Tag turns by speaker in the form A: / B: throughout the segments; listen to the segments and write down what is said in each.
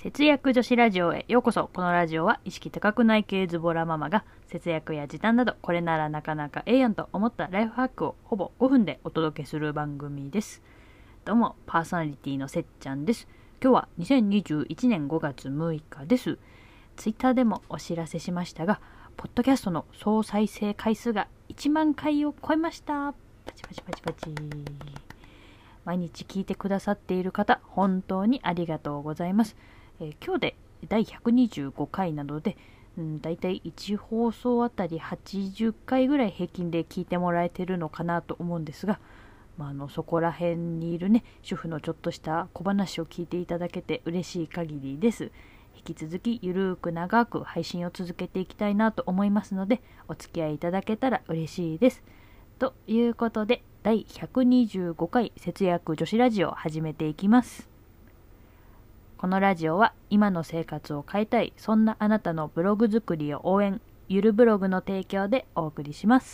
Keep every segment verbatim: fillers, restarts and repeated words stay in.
A: 節約女子ラジオへようこそ。このラジオは意識高くない系ズボラママが節約や時短などこれならなかなかええやんと思ったライフハックをほぼごふんでお届けする番組です。どうもパーソナリティのせっちゃんです。今日はにせんにじゅういちねんごがつむいかです。ツイッターでもお知らせしましたが、ポッドキャストの総再生回数がいちまんかいを超えました。パチパチパチパチ。毎日聞いてくださっている方、本当にありがとうございます。えー、今日でだいひゃくにじゅうごかいなので、うん、だいたいいち放送あたりはちじゅっかいぐらい平均で聞いてもらえてるのかなと思うんですが、まあ、あのそこら辺にいるね主婦のちょっとした小話を聞いていただけて嬉しい限りです。引き続きゆるーく長く配信を続けていきたいなと思いますので、お付き合いいただけたら嬉しいです。ということでだいひゃくにじゅうごかい節約女子ラジオを始めていきます。このラジオは今の生活を変えたい、そんなあなたのブログ作りを応援、ゆるブログの提供でお送りします。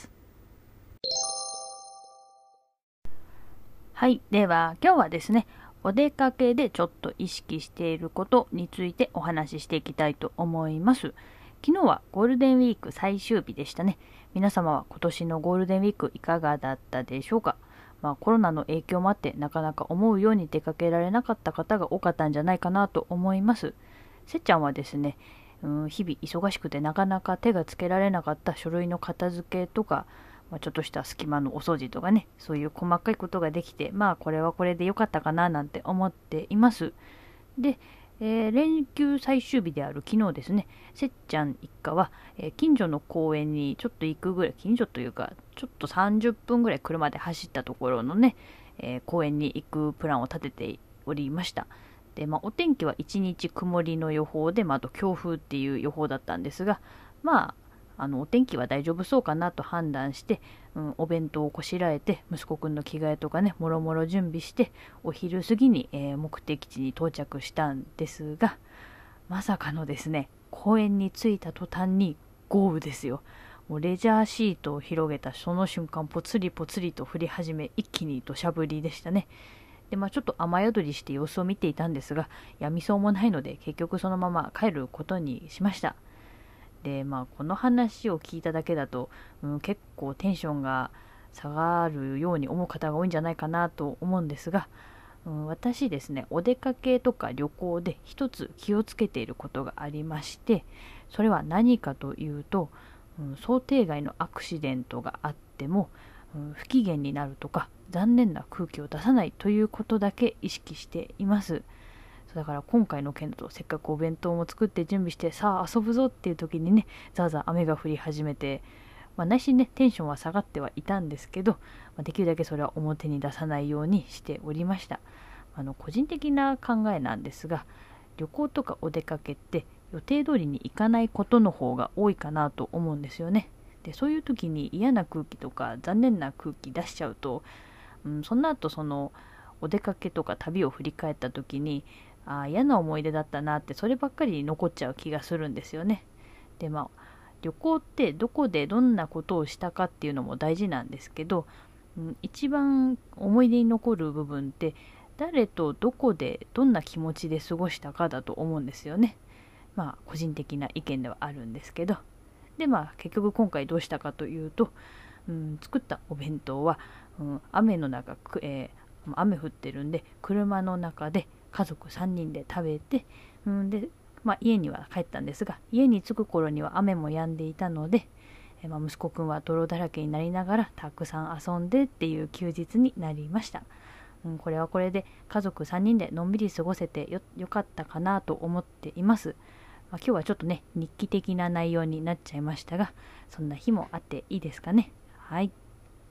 A: はい、では今日はですね、お出かけでちょっと意識していることについてお話ししていきたいと思います。昨日はゴールデンウィーク最終日でしたね。皆様は今年のゴールデンウィークいかがだったでしょうか。まあ、コロナの影響もあってなかなか思うように出かけられなかった方が多かったんじゃないかなと思います。せっちゃんはですね、うん、日々忙しくてなかなか手がつけられなかった書類の片付けとか、まあ、ちょっとした隙間のお掃除とかね、そういう細かいことができて、まあこれはこれで良かったかななんて思っています。で、えー、連休最終日である昨日ですね、せっちゃん一家は、えー、近所の公園にちょっと行くぐらい、近所というかちょっとさんじゅっぷんぐらい車で走ったところのね、えー、公園に行くプランを立てておりました。で、まあ、お天気はいちにち曇りの予報で、まあ、あと強風っていう予報だったんですが、まああのお天気は大丈夫そうかなと判断して、うん、お弁当をこしらえて息子くんの着替えとかねもろもろ準備してお昼過ぎに、えー、目的地に到着したんですが、まさかのですね、公園に着いた途端に豪雨ですよ。もうレジャーシートを広げたその瞬間、ぽつりぽつりと降り始め、一気に土砂降りでしたね。で、まあ、ちょっと雨宿りして様子を見ていたんですが、やみそうもないので結局そのまま帰ることにしました。で、まあ、この話を聞いただけだと、うん、結構テンションが下がるように思う方が多いんじゃないかなと思うんですが、うん、私ですね、お出かけとか旅行で一つ気をつけていることがありまして、それは何かというと、うん、想定外のアクシデントがあっても、うん、不機嫌になるとか残念な空気を出さないということだけ意識しています。だから今回の件だとせっかくお弁当も作って準備してさあ遊ぶぞっていう時にね、ざわざわ雨が降り始めて、まあ、内心ねテンションは下がってはいたんですけど、まあ、できるだけそれは表に出さないようにしておりました。あの個人的な考えなんですが、旅行とかお出かけって予定通りに行かないことの方が多いかなと思うんですよね。で、そういう時に嫌な空気とか残念な空気出しちゃうと、うん、その後そのお出かけとか旅を振り返った時に、あ、嫌な思い出だったなってそればっかり残っちゃう気がするんですよね。で、まあ旅行ってどこでどんなことをしたかっていうのも大事なんですけど、うん、一番思い出に残る部分って誰とどこでどんな気持ちで過ごしたかだと思うんですよね。まあ個人的な意見ではあるんですけど、でまあ結局今回どうしたかというと、うん、作ったお弁当は、うん、雨の中、えー、雨降ってるんで車の中で家族さんにんで食べて、うんでまあ、家には帰ったんですが、家に着く頃には雨も止んでいたので、えまあ、息子くんは泥だらけになりながらたくさん遊んでっていう休日になりました。うん、これはこれで家族さんにんでのんびり過ごせて よ, よかったかなと思っています。まあ、今日はちょっとね日記的な内容になっちゃいましたが、そんな日もあっていいですかね。はい。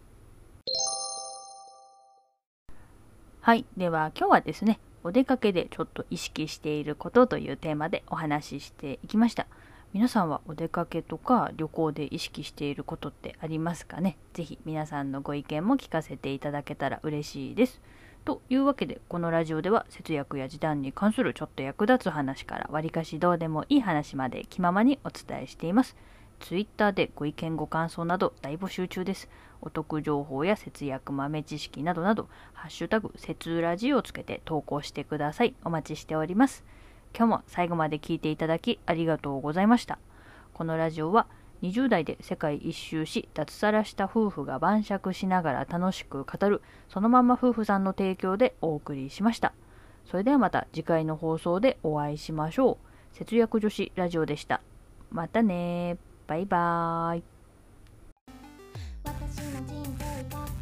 A: はい。では今日はですね、お出かけでちょっと意識していることというテーマでお話ししていきました。皆さんはお出かけとか旅行で意識していることってありますかね。ぜひ皆さんのご意見も聞かせていただけたら嬉しいです。というわけで、このラジオでは節約や時短に関するちょっと役立つ話からわりかしどうでもいい話まで気ままにお伝えしています。ツイッターでご意見ご感想など大募集中です。お得情報や節約豆知識などなど、ハッシュタグ節ラジをつけて投稿してください。お待ちしております。 今日も最後まで聞いていただきありがとうございました。このラジオはにじゅう代で世界一周し脱サラした夫婦が晩酌しながら楽しく語るそのまんま夫婦さんの提供でお送りしました。それではまた次回の放送でお会いしましょう。節約女子ラジオでした。またね。バイバーイ。私の人生が